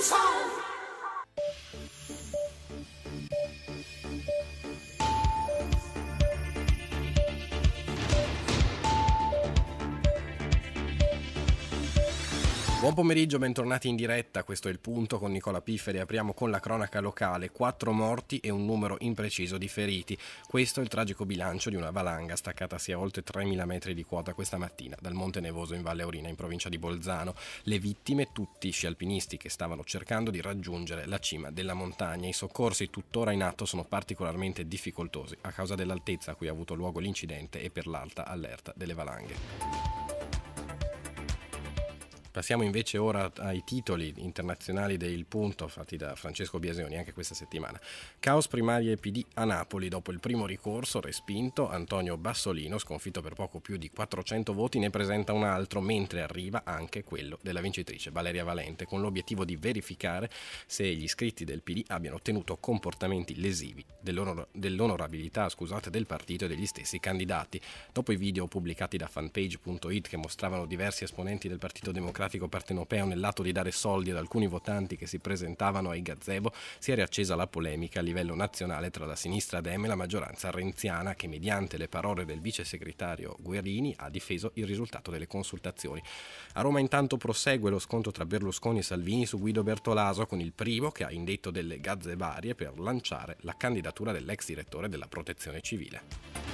Buon pomeriggio, bentornati in diretta, questo è Il Punto con Nicola Pifferi. Apriamo con la cronaca locale, 4 morti e un numero impreciso di feriti. Questo è il tragico bilancio di una valanga staccatasi a oltre 3.000 metri di quota questa mattina dal Monte Nevoso in Valle Aurina in provincia di Bolzano. Le vittime, tutti sci alpinisti che stavano cercando di raggiungere la cima della montagna. I soccorsi tuttora in atto sono particolarmente difficoltosi a causa dell'altezza a cui ha avuto luogo l'incidente e per l'alta allerta delle valanghe. Passiamo invece ora ai titoli internazionali del Punto fatti da Francesco Biasioni anche questa settimana. Caos primarie PD a Napoli. Dopo il primo ricorso respinto, Antonio Bassolino, sconfitto per poco più di 400 voti, ne presenta un altro, mentre arriva anche quello della vincitrice Valeria Valente, con l'obiettivo di verificare se gli iscritti del PD abbiano tenuto comportamenti lesivi dell'onorabilità del partito e degli stessi candidati. Dopo i video pubblicati da fanpage.it che mostravano diversi esponenti del Partito Democratico partenopeo nell'atto di dare soldi ad alcuni votanti che si presentavano ai gazebo, si è riaccesa la polemica a livello nazionale tra la sinistra Dem e la maggioranza renziana, che mediante le parole del vice segretario Guerini ha difeso il risultato delle consultazioni. A Roma intanto prosegue lo scontro tra Berlusconi e Salvini su Guido Bertolaso, con il primo che ha indetto delle gazzebarie per lanciare la candidatura dell'ex direttore della Protezione Civile.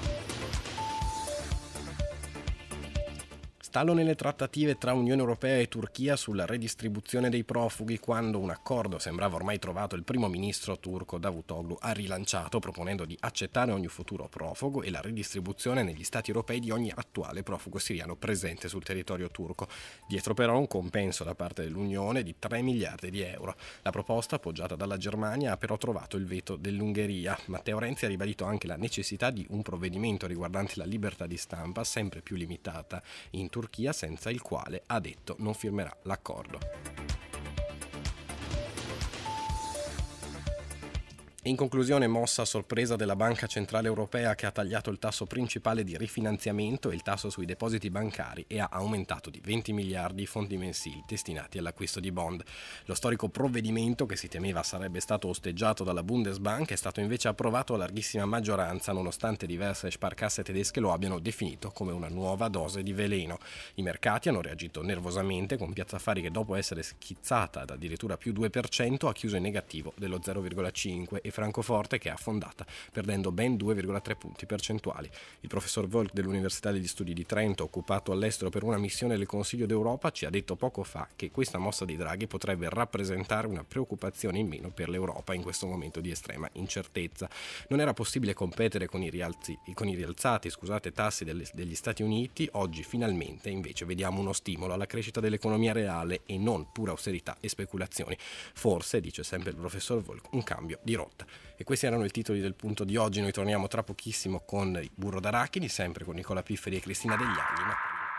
Stallo nelle trattative tra Unione Europea e Turchia sulla redistribuzione dei profughi. Quando un accordo sembrava ormai trovato, il primo ministro turco Davutoglu ha rilanciato, proponendo di accettare ogni futuro profugo e la redistribuzione negli stati europei di ogni attuale profugo siriano presente sul territorio turco. Dietro però un compenso da parte dell'Unione di 3 miliardi di euro. La proposta, appoggiata dalla Germania, ha però trovato il veto dell'Ungheria. Matteo Renzi ha ribadito anche la necessità di un provvedimento riguardante la libertà di stampa, sempre più limitata in Turchia, senza il quale, ha detto, non firmerà l'accordo. In conclusione, mossa a sorpresa della Banca Centrale Europea, che ha tagliato il tasso principale di rifinanziamento e il tasso sui depositi bancari e ha aumentato di 20 miliardi i fondi mensili destinati all'acquisto di bond. Lo storico provvedimento, che si temeva sarebbe stato osteggiato dalla Bundesbank, è stato invece approvato a larghissima maggioranza, nonostante diverse sparcasse tedesche lo abbiano definito come una nuova dose di veleno. I mercati hanno reagito nervosamente, con Piazza Affari che, dopo essere schizzata ad addirittura più 2%, ha chiuso in negativo dello 0,5% e Francoforte che è affondata, perdendo ben 2,3 punti percentuali. Il professor Volk dell'Università degli Studi di Trento, occupato all'estero per una missione del Consiglio d'Europa, ci ha detto poco fa che questa mossa di Draghi potrebbe rappresentare una preoccupazione in meno per l'Europa in questo momento di estrema incertezza. Non era possibile competere con i rialzati tassi degli Stati Uniti. Oggi finalmente invece vediamo uno stimolo alla crescita dell'economia reale e non pura austerità e speculazioni. Forse, dice sempre il professor Volk, un cambio di rotta. E questi erano i titoli del Punto di oggi. Noi torniamo tra pochissimo con il Burro d'Arachidi, sempre con Nicola Pifferi e Cristina Degli Agli.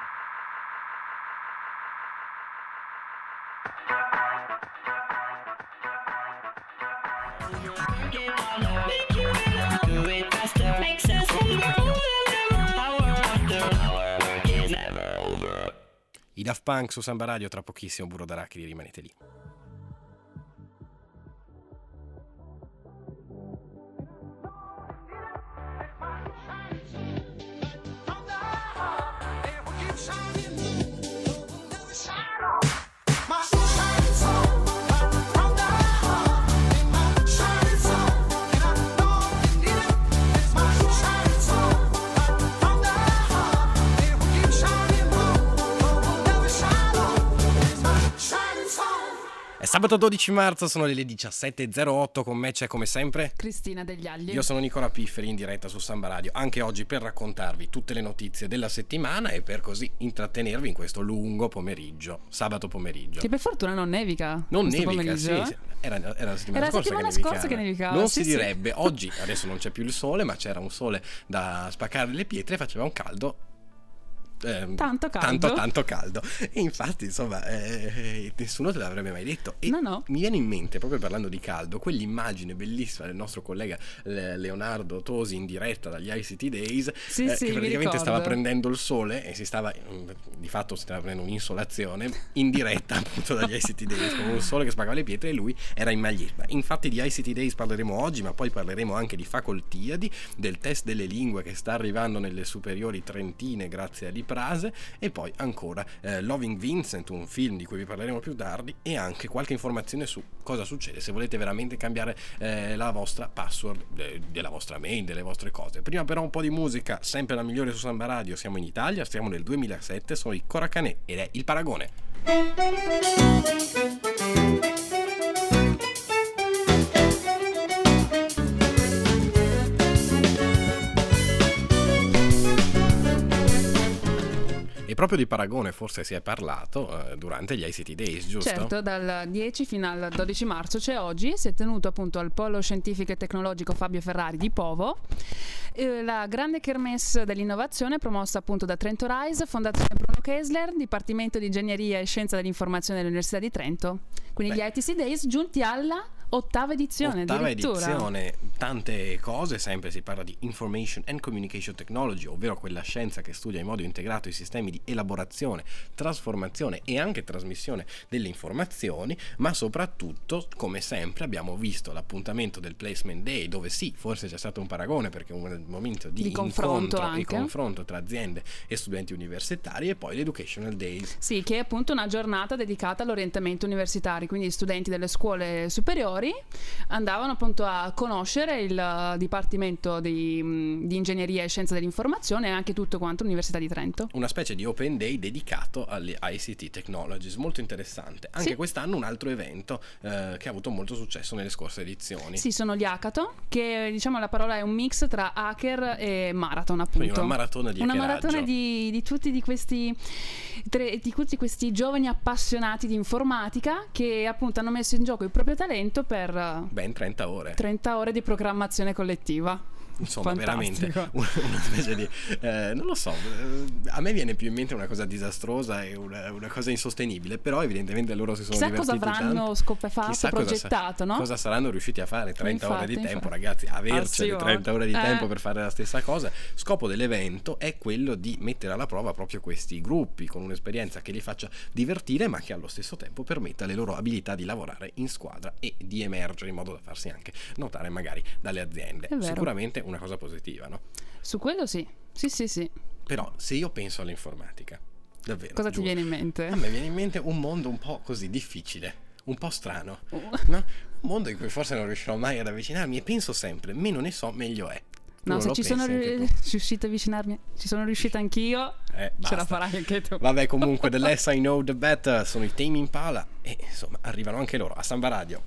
I Daft Punk su Samba Radio, tra pochissimo Burro d'Arachidi, rimanete lì. Sabato 12 marzo sono le 17.08, con me c'è come sempre Cristina Degli Agli. Io sono Nicola Pifferi in diretta su Samba Radio, anche oggi per raccontarvi tutte le notizie della settimana e per così intrattenervi in questo lungo pomeriggio, sabato pomeriggio. Che per fortuna non nevica. Non nevica, sì. Era la settimana scorsa che nevicava. Non si direbbe, oggi adesso non c'è più il sole, ma c'era un sole da spaccare le pietre e faceva un caldo tanto caldo. Tanto caldo. E infatti, insomma, nessuno te l'avrebbe mai detto. E No. mi viene in mente, proprio parlando di caldo, quell'immagine bellissima del nostro collega Leonardo Tosi in diretta dagli ICT Days, Sì, che praticamente stava ricordo. prendendo il sole e di fatto si stava prendendo un'insolazione in diretta appunto dagli ICT Days, con un sole che spagava le pietre, e lui era in maglietta. Infatti di ICT Days parleremo oggi, ma poi parleremo anche di facoltiadi, del test delle lingue che sta arrivando nelle superiori trentine grazie a Liprase, e poi ancora Loving Vincent, un film di cui vi parleremo più tardi, e anche qualche informazione su cosa succede se volete veramente cambiare la vostra password della vostra mail, delle vostre cose. Prima però un po' di musica, sempre la migliore su Samba Radio. Siamo in Italia, siamo nel 2007, sono i Coracanè ed è Il Paragone. E proprio di Paragone forse si è parlato durante gli ICT Days, giusto? Certo, dal 10 fino al 12 marzo, cioè oggi, si è tenuto appunto al Polo Scientifico e Tecnologico Fabio Ferrari di Povo la grande kermesse dell'innovazione promossa appunto da Trento Rise, Fondazione Bruno Kessler, Dipartimento di Ingegneria e Scienza dell'Informazione dell'Università di Trento. Quindi gli ITC Days giunti alla ottava edizione. Tante cose, sempre si parla di Information and Communication Technology, ovvero quella scienza che studia in modo integrato i sistemi di elaborazione, trasformazione e anche trasmissione delle informazioni, ma soprattutto, come sempre, abbiamo visto l'appuntamento del Placement Day, dove sì, forse c'è stato un paragone perché un momento di incontro e confronto tra aziende e studenti universitari, e poi l'Educational Days. Sì, che è appunto una giornata dedicata all'orientamento universitario, quindi gli studenti delle scuole superiori andavano appunto a conoscere il Dipartimento di Ingegneria e Scienza dell'Informazione e anche tutto quanto l'Università di Trento. Una specie di Open Day dedicato alle ICT Technologies, molto interessante. Anche quest'anno un altro evento che ha avuto molto successo nelle scorse edizioni. Sì, sono gli hackathon, che diciamo la parola è un mix tra hacker e marathon, appunto. Quindi una maratona di hackeraggio. Una maratona di tutti questi giovani appassionati di informatica che appunto hanno messo in gioco il proprio talento per ben 30 ore. 30 ore di programmazione collettiva. Insomma, fantastico. Veramente una specie di non lo so, a me viene più in mente una cosa disastrosa e una cosa insostenibile, però evidentemente loro si sono divertiti tanto. Chissà cosa avranno progettato, no? Cosa saranno riusciti a fare 30 ore di tempo, ragazzi, avercele 30 ore di tempo per fare la stessa cosa. Scopo dell'evento è quello di mettere alla prova proprio questi gruppi con un'esperienza che li faccia divertire, ma che allo stesso tempo permetta le loro abilità di lavorare in squadra e di emergere in modo da farsi anche notare magari dalle aziende. Sicuramente una cosa positiva, no? Su quello sì. Sì. Però se io penso all'informatica, davvero, cosa ti viene in mente? A me viene in mente un mondo un po' così difficile, un po' strano, no? Un mondo in cui forse non riuscirò mai ad avvicinarmi, e penso sempre, meno ne so meglio è. No, se ci sono riuscita a avvicinarmi, ci sono riuscita anch'io, ce la farai anche tu. Vabbè, comunque, the less I know the better, sono i Tame Impala e insomma arrivano anche loro a Samba Radio.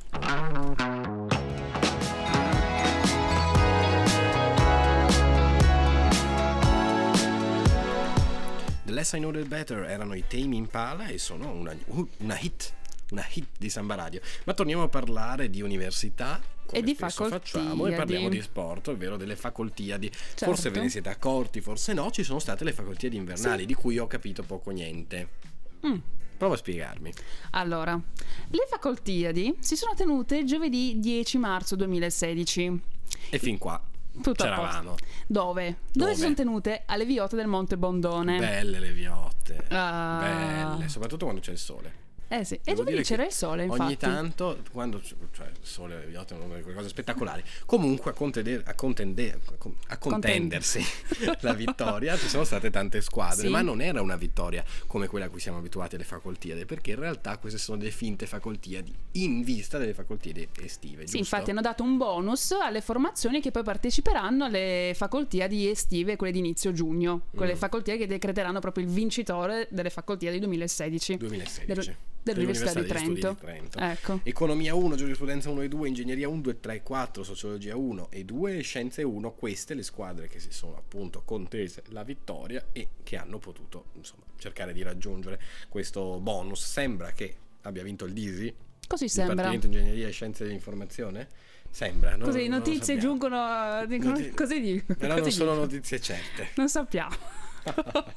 The Less I Know The Better erano i Tame Impala e sono una hit di Samba Radio. Ma torniamo a parlare di università e di facoltiadi. Facciamo, e parliamo di sport, ovvero delle facoltiadi. Certo. Forse ve ne siete accorti, forse no, ci sono state le facoltiadi invernali, di cui ho capito poco niente. Prova a spiegarmi. Allora, le facoltiadi si sono tenute giovedì 10 marzo 2016. E fin qua c'eravamo. Dove si sono tenute? Alle Viotte del Monte Bondone. Belle le Viotte. Belle, soprattutto quando c'è il sole. Sì, e giovedì c'era il sole, infatti. Ogni tanto, quando il sole e le Viotte sono qualcosa spettacolari. Comunque a contendersi la vittoria ci sono state tante squadre, ma non era una vittoria come quella a cui siamo abituati alle facoltiadi, perché in realtà queste sono delle finte facoltiadi in vista delle facoltiadi estive, giusto? Sì, infatti hanno dato un bonus alle formazioni che poi parteciperanno alle facoltiadi estive, quelle di inizio giugno, quelle facoltiadi che decreteranno proprio il vincitore delle facoltiadi 2016. Dell'Università di Trento. Ecco. Economia 1, giurisprudenza 1 e 2, ingegneria 1, 2, 3 e 4, sociologia 1 e 2, scienze 1, queste le squadre che si sono appunto contese la vittoria e che hanno potuto insomma cercare di raggiungere questo bonus. Sembra che abbia vinto il DISI, così sembra. Dipartimento Ingegneria e Scienze dell'Informazione. Sembra, no? Così notizie giungono così però non sono notizie certe. Non sappiamo.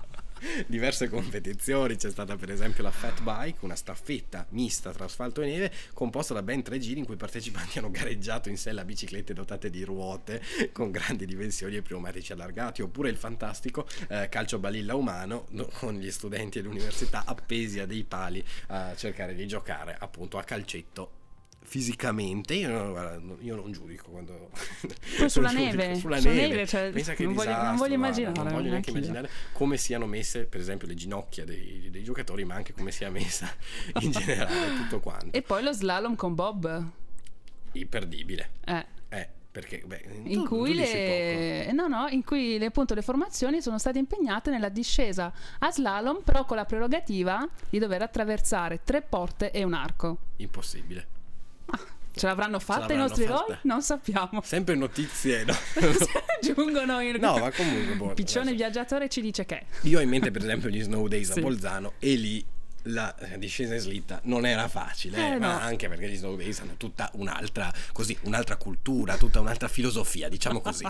diverse competizioni. C'è stata per esempio la Fat Bike, una staffetta mista tra asfalto e neve composta da ben 3 giri in cui i partecipanti hanno gareggiato in sella a biciclette dotate di ruote con grandi dimensioni e pneumatici allargati. Oppure il fantastico calcio balilla umano con gli studenti dell'università appesi a dei pali a cercare di giocare appunto a calcetto. Fisicamente io non giudico quando sulla neve, cioè, pensa che non voglio immaginare, non voglio neanche immaginare come siano messe per esempio le ginocchia dei giocatori, ma anche come sia messa in generale tutto quanto. E poi lo slalom con Bob, imperdibile, perché in cui appunto le formazioni sono state impegnate nella discesa a slalom, però con la prerogativa di dover attraversare 3 porte e un arco. Impossibile. Ce l'avranno fatta i nostri eroi? Non sappiamo. Sempre notizie, no? Giungono in... No, ma comunque Piccione viaggiatore ci dice che io ho in mente per esempio gli Snow Days a Bolzano, e lì la discesa in slitta non era facile, ma anche perché gli Snow Days hanno tutta un'altra cultura, tutta un'altra filosofia, diciamo così.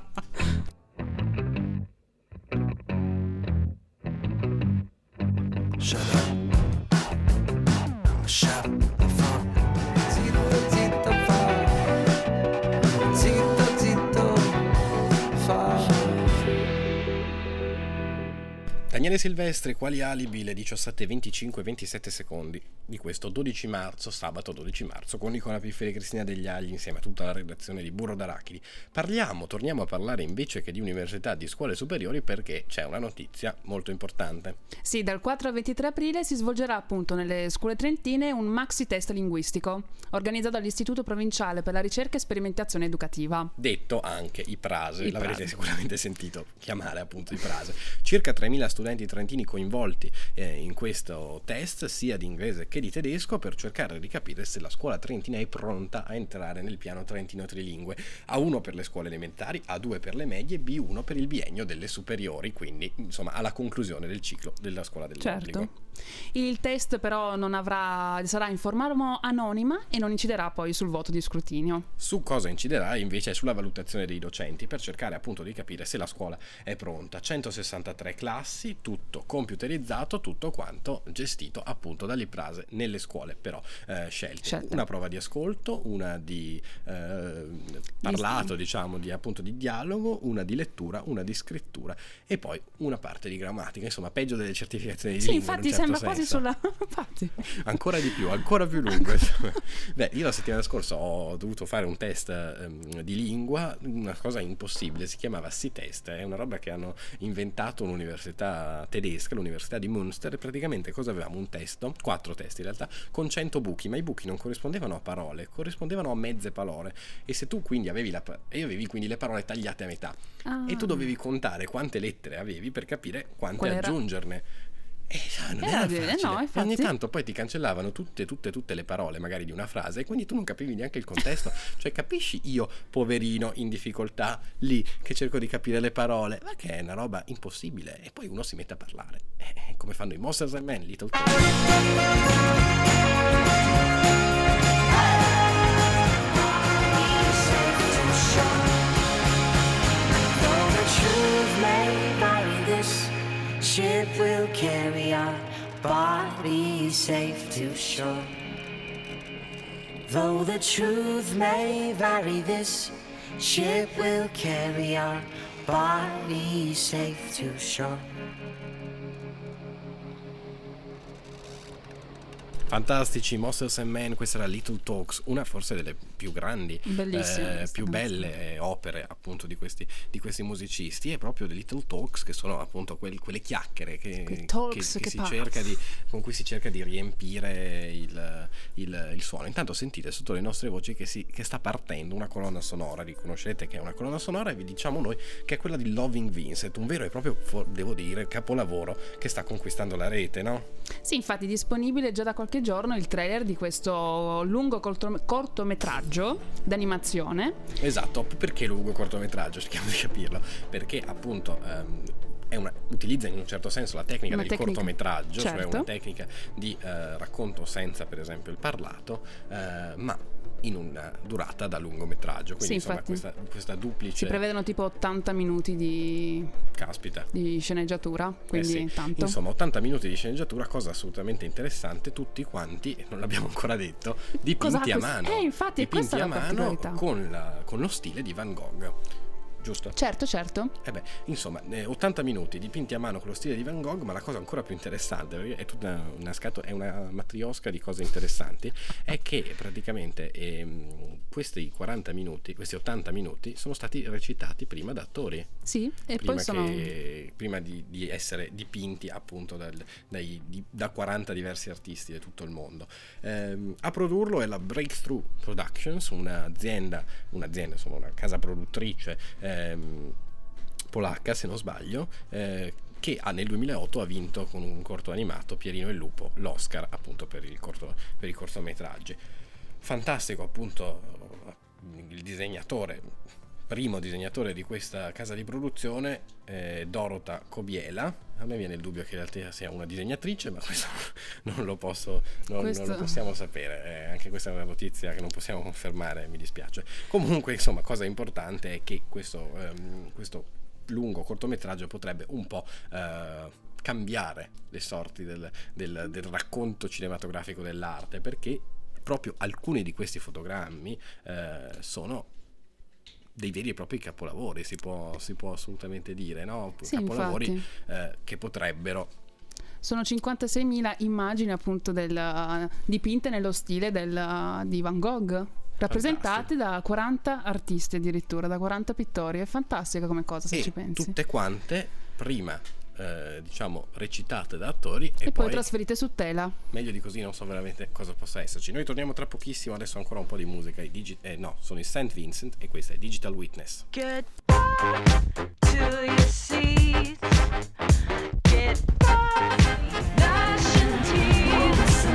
Shut up. Shut up. Daniele Silvestri, quali alibi, le 17:25-27 secondi di questo 12 marzo, sabato 12 marzo, con Nicola Pifferi e Cristina Degli Agli insieme a tutta la redazione di Burro d'Arachidi. Torniamo a parlare invece che di università, di scuole superiori, perché c'è una notizia molto importante. Sì, dal 4 al 23 aprile si svolgerà appunto nelle scuole trentine un maxi test linguistico, organizzato dall'Istituto Provinciale per la Ricerca e Sperimentazione Educativa. Detto anche IPRASE, l'avrete sicuramente sentito chiamare appunto IPRASE. Circa 3.000 studenti trentini coinvolti in questo test, sia di inglese che di tedesco, per cercare di capire se la scuola trentina è pronta a entrare nel piano trentino trilingue, A1 per le scuole elementari, A2 per le medie, B1 per il biennio delle superiori, quindi insomma alla conclusione del ciclo della scuola dell'obbligo. Certo. Il test però sarà in forma anonima e non inciderà poi sul voto di scrutinio. Su cosa inciderà invece è sulla valutazione dei docenti, per cercare appunto di capire se la scuola è pronta. 163 classi, tutto computerizzato, tutto quanto gestito appunto dall'IPRASE nelle scuole però scelte. Una prova di ascolto, una di parlato, diciamo, appunto di dialogo, una di lettura, una di scrittura e poi una parte di grammatica, insomma peggio delle certificazioni di lingua. Infatti sembra quasi sulla... infatti. Ancora di più, ancora più lungo. Io la settimana scorsa ho dovuto fare un test di lingua, una cosa impossibile, si chiamava C-Test, è una roba che hanno inventato un'università tedesca, l'università di Münster, e praticamente cosa avevamo? Un testo, 4 test in realtà, con 100 buchi, ma i buchi non corrispondevano a parole, corrispondevano a mezze parole, e se tu quindi avevi quindi le parole tagliate a metà, e tu dovevi contare quante lettere avevi per capire quante aggiungerne. Non era facile. No, ogni tanto poi ti cancellavano tutte le parole magari di una frase, e quindi tu non capivi neanche il contesto. Cioè, capisci, io poverino in difficoltà lì che cerco di capire le parole, ma che è una roba impossibile, e poi uno si mette a parlare come fanno i Monsters and Men, Little Talks. Ship will carry our bodies safe to shore. Though the truth may vary, this ship will carry our bodies safe to shore. Fantastici Monsters and Men, questa era Little Talks, una forse delle più grandi, più belle opere appunto di questi musicisti, e proprio The Little Talks, che sono appunto quelle chiacchiere con cui si cerca di riempire il suono. Intanto sentite sotto le nostre voci che sta partendo una colonna sonora, riconoscete che è una colonna sonora, e vi diciamo noi che è quella di Loving Vincent, un vero e proprio, devo dire, capolavoro che sta conquistando la rete, no? Sì, infatti disponibile già da qualche giorno il trailer di questo lungo cortometraggio d'animazione. Esatto, perché lungo cortometraggio? Cerchiamo di capirlo, perché appunto utilizza in un certo senso la tecnica del cortometraggio, certo, cioè una tecnica di racconto senza per esempio il parlato, ma in una durata da lungometraggio, quindi Sì, insomma questa duplice. Si prevedono tipo 80 minuti di sceneggiatura, quindi tanto. Insomma 80 minuti di sceneggiatura, cosa assolutamente interessante, tutti quanti, non l'abbiamo ancora detto, dipinti a mano. Infatti dipinti questa a è la mano particolarità. con lo stile di Van Gogh. Giusto? Certo. Insomma, 80 minuti dipinti a mano con lo stile di Van Gogh, ma la cosa ancora più interessante, perché è tutta è una matriosca di cose interessanti, è che praticamente questi 40 minuti, questi 80 minuti sono stati recitati prima da attori. Sì, e poi prima di essere dipinti appunto da 40 diversi artisti di tutto il mondo. A produrlo è la Breakthrough Productions, un'azienda, insomma una casa produttrice polacca, se non sbaglio, che nel 2008 ha vinto con un corto animato, Pierino il Lupo, l'Oscar appunto per i cortometraggi. Fantastico appunto il primo disegnatore di questa casa di produzione, Dorota Kobiela. A me viene il dubbio che in realtà sia una disegnatrice, ma questo non lo possiamo sapere. Anche questa è una notizia che non possiamo confermare, mi dispiace. Comunque, insomma, cosa importante è che questo lungo cortometraggio potrebbe un po' cambiare le sorti del racconto cinematografico dell'arte, perché proprio alcuni di questi fotogrammi sono dei veri e propri capolavori, si può assolutamente dire, no? Sì, capolavori che potrebbero. Sono 56.000 immagini appunto dipinte nello stile di Van Gogh, rappresentate da 40 artisti addirittura, da 40 pittori. È fantastica come cosa, se ci pensi. Tutte quante prima recitate da attori e poi trasferite su tela. Meglio di così non so veramente cosa possa esserci. Noi torniamo tra pochissimo, adesso ancora un po' di musica. Sono i St. Vincent e questa è Digital Witness. Get to your seats. Get gnashing teeth.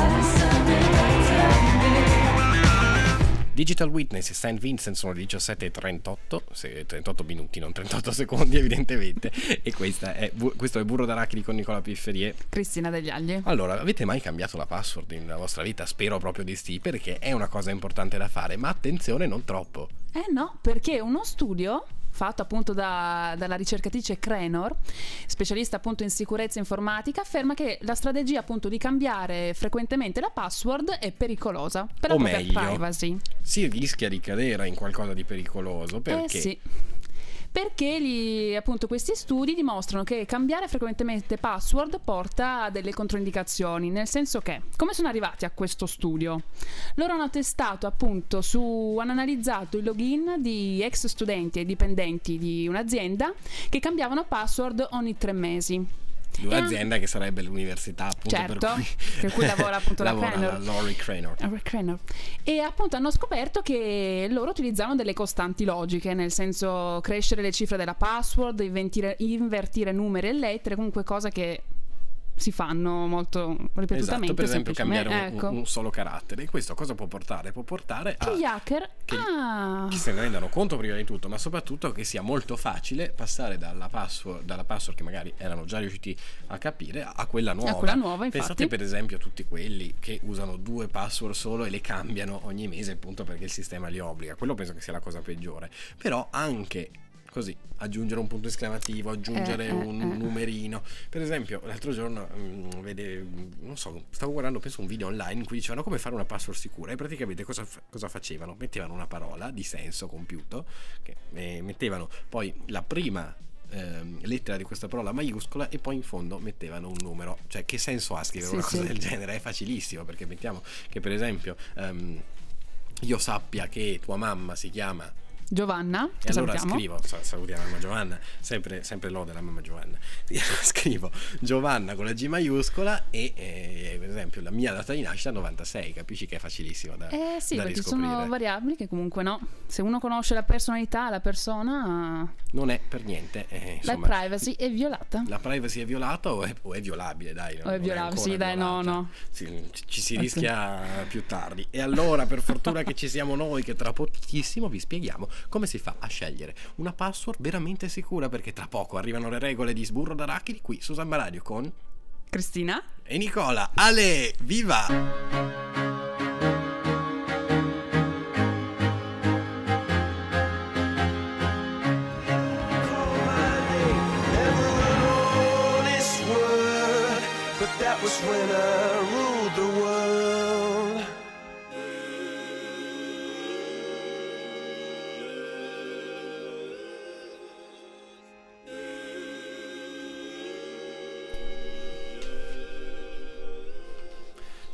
Digital Witness e St. Vincent sono le 17:38, 38 minuti, non 38 secondi evidentemente, e questo è Burro d'Arachidi con Nicola Pifferi e Cristina Degli Agli. Allora, avete mai cambiato la password nella vostra vita? Spero proprio di sì, perché è una cosa importante da fare, ma attenzione, non troppo. No, perché uno studio fatto appunto dalla ricercatrice Cranor, specialista appunto in sicurezza informatica, afferma che la strategia appunto di cambiare frequentemente la password è pericolosa per la propria privacy. Si rischia di cadere in qualcosa di pericoloso, perché? Sì. Perché appunto questi studi dimostrano che cambiare frequentemente password porta a delle controindicazioni, nel senso che, come sono arrivati a questo studio? Loro hanno testato appunto hanno analizzato i login di ex studenti e dipendenti di un'azienda che cambiavano password ogni 3 mesi. Di un'azienda che sarebbe l'università, appunto, certo, per cui lavora appunto la Laurie Cranor. E appunto hanno scoperto che loro utilizzavano delle costanti logiche, nel senso crescere le cifre della password, invertire numeri e lettere, comunque cosa che si fanno molto ripetutamente. Esatto, per esempio cambiare un solo carattere. E questo cosa può portare? Può portare a gli hacker che se ne rendano conto prima di tutto, ma soprattutto che sia molto facile passare dalla password che magari erano già riusciti a capire a quella nuova. Infatti. Pensate per esempio a tutti quelli che usano 2 password solo e le cambiano ogni mese, appunto perché il sistema li obbliga. Quello penso che sia la cosa peggiore. Però anche così, aggiungere un punto esclamativo, aggiungere un numerino. Per esempio, l'altro giorno stavo guardando, penso, un video online in cui dicevano come fare una password sicura, e praticamente cosa facevano? Mettevano una parola di senso compiuto, mettevano poi la prima lettera di questa parola maiuscola e poi in fondo mettevano un numero. Cioè, che senso ha scrivere una cosa del genere? È facilissimo, perché mettiamo che per esempio io sappia che tua mamma si chiama Giovanna, e allora salutiamo. Salutiamo la mamma Giovanna, sempre lode la mamma Giovanna. Scrivo Giovanna con la G maiuscola e per esempio la mia data di nascita 96, capisci che è facilissimo da sì, da perché riscoprire. Sono variabili che comunque se uno conosce la personalità, la persona non è per niente insomma, la privacy è violata. La privacy è violata o è violabile, dai. O è violabile, sì, dai, no. Ci si rischia più tardi. E allora, per fortuna che ci siamo noi, che tra pochissimo vi spieghiamo come si fa a scegliere una password veramente sicura, perché tra poco arrivano le regole di Sburro d'Arachidi qui su Samba Radio con Cristina e Nicola. Ale, viva!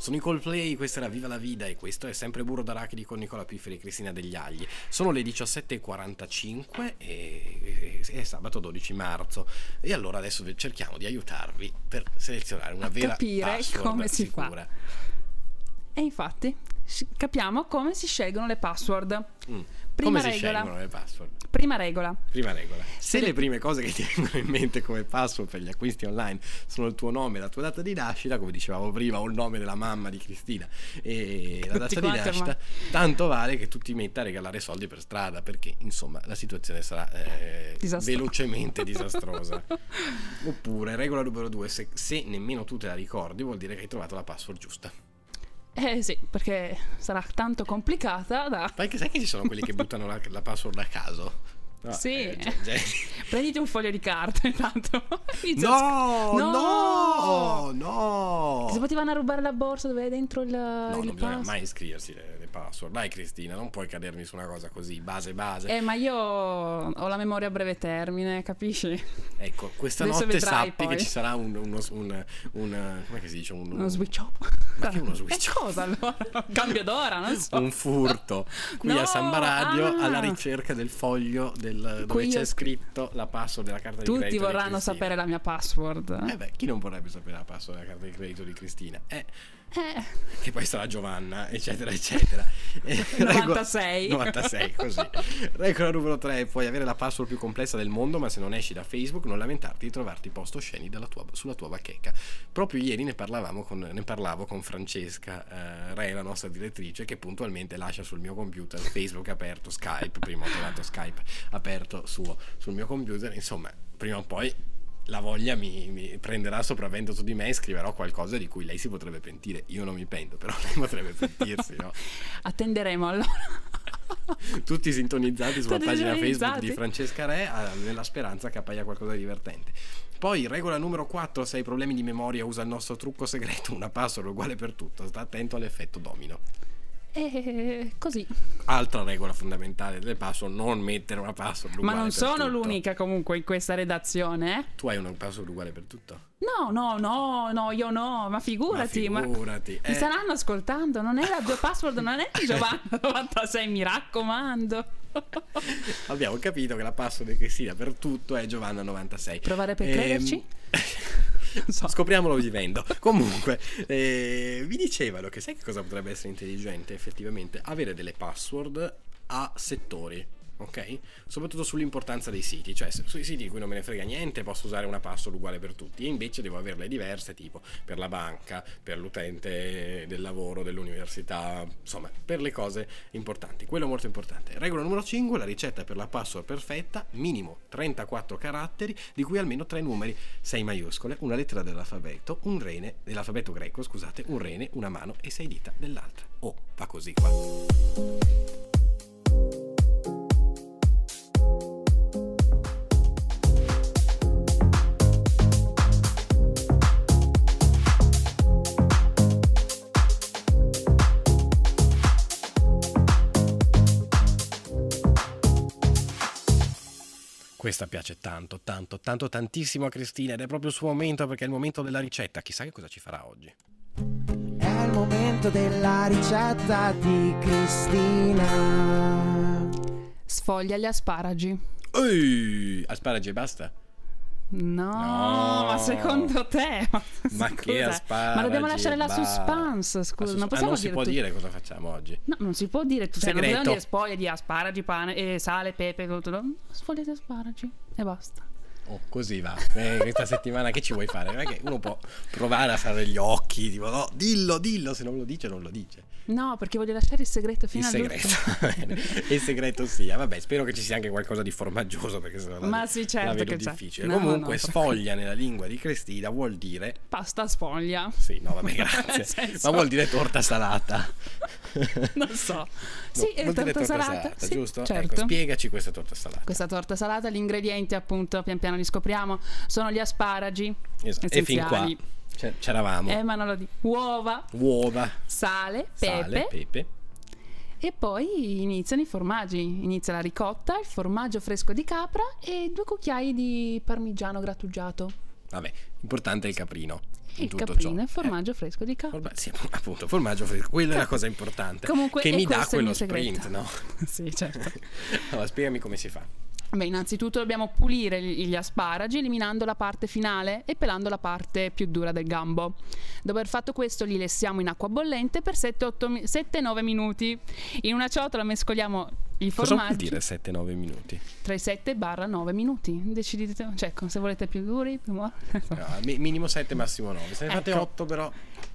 Sono i Coldplay, questa era Viva la Vida e questo è sempre Burro d'Arachidi con Nicola Pifferi e Cristina Degli Agli. Sono le 17:45 e è sabato 12 marzo e allora adesso cerchiamo di aiutarvi per selezionare una vera capire password come si sicura. E infatti capiamo come si scelgono le password. Come si scelgono le password? Prima regola. Se le prime cose che ti vengono in mente come password per gli acquisti online sono il tuo nome, la tua data di nascita, come dicevamo prima, o il nome della mamma di Cristina e la data di nascita, tanto vale che tu ti metta a regalare soldi per strada, perché insomma la situazione sarà velocemente disastrosa. Oppure regola numero 2, se nemmeno tu te la ricordi, vuol dire che hai trovato la password giusta. Sì, perché sarà tanto complicata da... Perché sai che ci sono quelli che buttano la password a caso? No, sì, prenditi un foglio di carta intanto. No. Che se potevano rubare la borsa dove è dentro il non bisogna pass. mai iscriversi le password. Dai Cristina, non puoi cadermi su una cosa così, base. Ma io ho la memoria a breve termine, capisci? Ecco, questa Adesso notte vedrai sappi poi che ci sarà uno come si dice? Uno switch up. Ma che uno switch up? Cosa allora? Cambio d'ora, non so. Un furto qui a Samba Radio alla ricerca del foglio dove c'è scritto la password della carta di credito. Tutti vorranno sapere la mia password. Chi non vorrebbe sapere la password della carta di credito di Cristina? Che poi sarà Giovanna, eccetera. 96, così. Regola numero 3: puoi avere la password più complessa del mondo, ma se non esci da Facebook non lamentarti di trovarti post osceni sulla tua bacheca. Proprio ieri ne parlavo con Francesca Re, la nostra direttrice, che puntualmente lascia sul mio computer Facebook aperto, Skype, prima ho trovato Skype aperto sul mio computer. Insomma, prima o poi la voglia mi prenderà sopravvento su di me e scriverò qualcosa di cui lei si potrebbe pentire. Io non mi pento, però lei potrebbe pentirsi, no? Attenderemo allora. Tutti sintonizzati sulla pagina Facebook di Francesca Re, nella speranza che appaia qualcosa di divertente. Poi regola numero 4: se hai problemi di memoria usa il nostro trucco segreto, una password uguale per tutto. Sta attento all'effetto domino. E così. Altra regola fondamentale delle password: non mettere una password uguale ma non per sono tutto. l'unica comunque in questa redazione. Tu hai una password uguale per tutto? No, io no, ma figurati. Mi staranno ascoltando, non è la tua password, non è Giovanna 96, mi raccomando. Abbiamo capito che la password di Cristina per tutto è Giovanna 96. Provare per crederci? So. Scopriamolo vivendo. Comunque vi dicevano che sai che cosa potrebbe essere intelligente effettivamente? Avere delle password a settori, ok? Soprattutto sull'importanza dei siti, cioè sui siti di cui non me ne frega niente posso usare una password uguale per tutti, e invece devo averle diverse, tipo per la banca, per l'utente del lavoro, dell'università, insomma per le cose importanti. Quello è molto importante. Regola numero 5: la ricetta per la password perfetta: minimo 34 caratteri, di cui almeno 3 numeri, 6 maiuscole, una lettera dell'alfabeto, dell'alfabeto greco, scusate, un rene, una mano e 6 dita dell'altra. Va così qua. Questa piace tantissimo a Cristina ed è proprio il suo momento, perché è il momento della ricetta. Chissà che cosa ci farà oggi. È il momento della ricetta di Cristina. Sfoglia gli asparagi. Asparagi e basta? No, ma secondo te? Ma che asparagi? Ma dobbiamo lasciare la suspense, scusa. Non possiamo si può dire cosa facciamo oggi? No, non si può dire. Cioè, non dobbiamo dire sfoglia di asparagi, pane, e sale, pepe, tutto. Sfoglia di asparagi e basta. Così va. Questa settimana che ci vuoi fare? Non è che uno può provare a fare gli occhi, tipo no, dillo, se non lo dice non lo dice. No, perché voglio lasciare il segreto fino all'ultimo. Il segreto sia. Vabbè, spero che ci sia anche qualcosa di formaggioso, perché sennò ma sì, certo la vedo che difficile. c'è. Comunque sfoglia nella lingua di Cristina vuol dire pasta sfoglia. Sì, no, vabbè, grazie. Ma vuol dire torta salata. Non so. Sì, è torta salata, sì, giusto? Certo. Ecco, spiegaci questa torta salata. Questa torta salata, gli ingredienti appunto pian piano li scopriamo, sono gli asparagi, esatto. E fin qua c'eravamo. Ma non lo dico. Uova, sale, pepe. E poi iniziano i formaggi. Inizia la ricotta, il formaggio fresco di capra e 2 cucchiai di parmigiano grattugiato. Vabbè, importante è il caprino. in Il tutto caprino ciò. e formaggio fresco di capra. Sì, appunto, formaggio fresco, quella è la cosa importante. Comunque, che e mi dà questo è il quello mio sprint, segreto. no? Sì, certo. Allora, spiegami come si fa. Beh, innanzitutto dobbiamo pulire gli asparagi eliminando la parte finale e pelando la parte più dura del gambo. Dopo aver fatto questo li lessiamo in acqua bollente per 7-9 minuti. In una ciotola mescoliamo i Cosa vuol formaggi. dire 7-9 minuti? Tra i 7-9 minuti. Decidete, cioè, se volete più duri, più No, minimo 7, massimo 9. Se ne fate Ecco. 8 però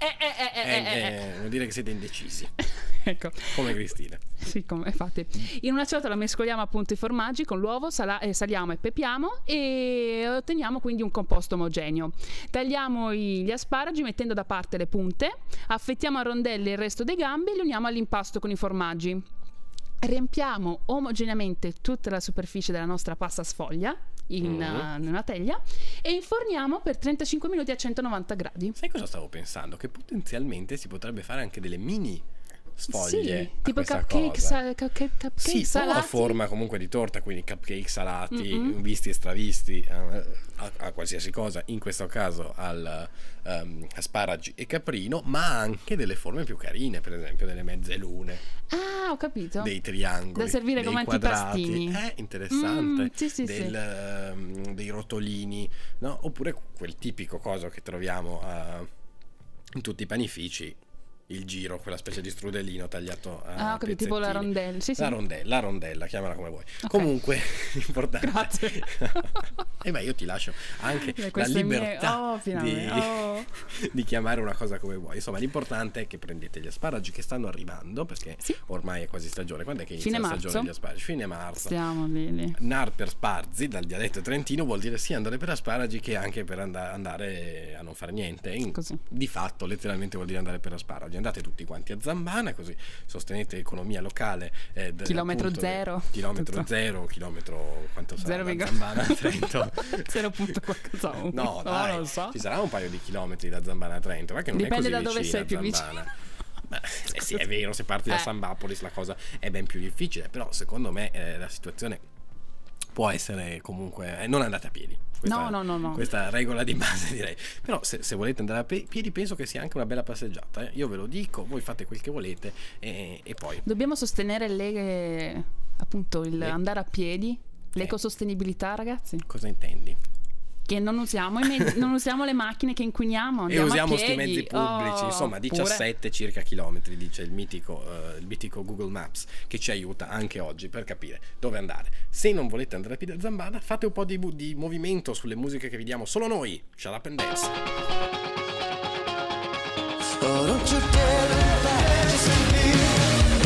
vuol dire che siete indecisi. Ecco. Come Cristina. Sì, come infatti. In una ciotola mescoliamo appunto i formaggi con l'uovo, saliamo e pepiamo e otteniamo quindi un composto omogeneo. Tagliamo gli asparagi mettendo da parte le punte, affettiamo a rondelle il resto dei gambi e li uniamo all'impasto con i formaggi. Riempiamo omogeneamente tutta la superficie della nostra pasta sfoglia in una teglia e inforniamo per 35 minuti a 190 gradi. Sai cosa stavo pensando? Che potenzialmente si potrebbe fare anche delle mini sfoglie Sì, a tipo questa cupcake, cosa. cupcake Sì, o a salati. forma comunque di torta, quindi cupcake salati, visti e stravisti, a qualsiasi cosa, in questo caso al asparagi e caprino, ma anche delle forme più carine, per esempio delle mezze lune, Ah, ho capito. dei triangoli, Da servire dei come quadrati. antipastini. Interessante. Sì. Dei rotolini, no? Oppure quel tipico coso che troviamo in tutti i panifici, il giro, quella specie di strudellino tagliato a ho capito, tipo la pezzettini. rondelle. Sì, sì. La rondella, chiamala come vuoi. Ok. Comunque, l'importante. Grazie. E beh, io ti lascio anche la queste mie- libertà finalmente. di chiamare una cosa come vuoi. Insomma, l'importante è che prendete gli asparagi che stanno arrivando, perché Sì. ormai è quasi stagione. Quando è che inizia Fine la marzo. stagione degli asparagi? Fine marzo. Stiamo lì. Nar per sparzi, dal dialetto trentino, vuol dire sia andare per asparagi che anche per andare a non fare niente. Così. Di fatto, letteralmente vuol dire andare per asparagi. Andate tutti quanti a Zambana, così sostenete l'economia locale. Chilometro appunto, zero. Chilometro Tutto. zero, chilometro quanto sarà da 0, Zambana a Trento? 0 punto qualcosa. No, dai, non lo so. ci sarà un paio di chilometri da Zambana a Trento, ma che non Dipende è così da dove vicina sei più Zambana. Beh, sì, è vero, se parti da Sambapolis la cosa è ben più difficile, però secondo me la situazione può essere comunque non andate a piedi. No. Questa regola di base, direi. Però se volete andare a piedi, penso che sia anche una bella passeggiata. Io ve lo dico, voi fate quel che volete e poi Dobbiamo sostenere appunto il andare a piedi, l'ecosostenibilità, ragazzi. cosa intendi? Che non usiamo non usiamo le macchine che inquiniamo, E andiamo usiamo a sti piedi. mezzi pubblici, insomma 17 pure. circa chilometri, dice il mitico Google Maps, che ci aiuta anche oggi per capire dove andare. Se non volete andare a piedi a Zambana, fate un po' di movimento sulle musiche che vi diamo solo noi. Shut up and dance. Oh, don't you dare look back, just leave.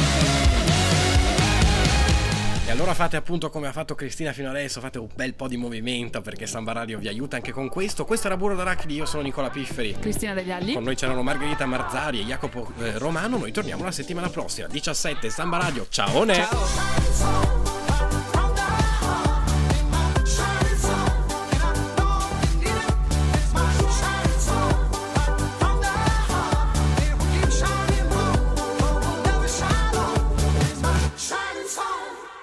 E allora fate appunto come ha fatto Cristina fino adesso, fate un bel po' di movimento, perché Samba Radio vi aiuta anche con questo. Questo era Burro d'Arachidi, io sono Nicola Pifferi. Cristina Degli Alli. Con noi c'erano Margherita Marzari e Jacopo Romano. Noi torniamo la settimana prossima, 17 Samba Radio. Ciao! Ciao.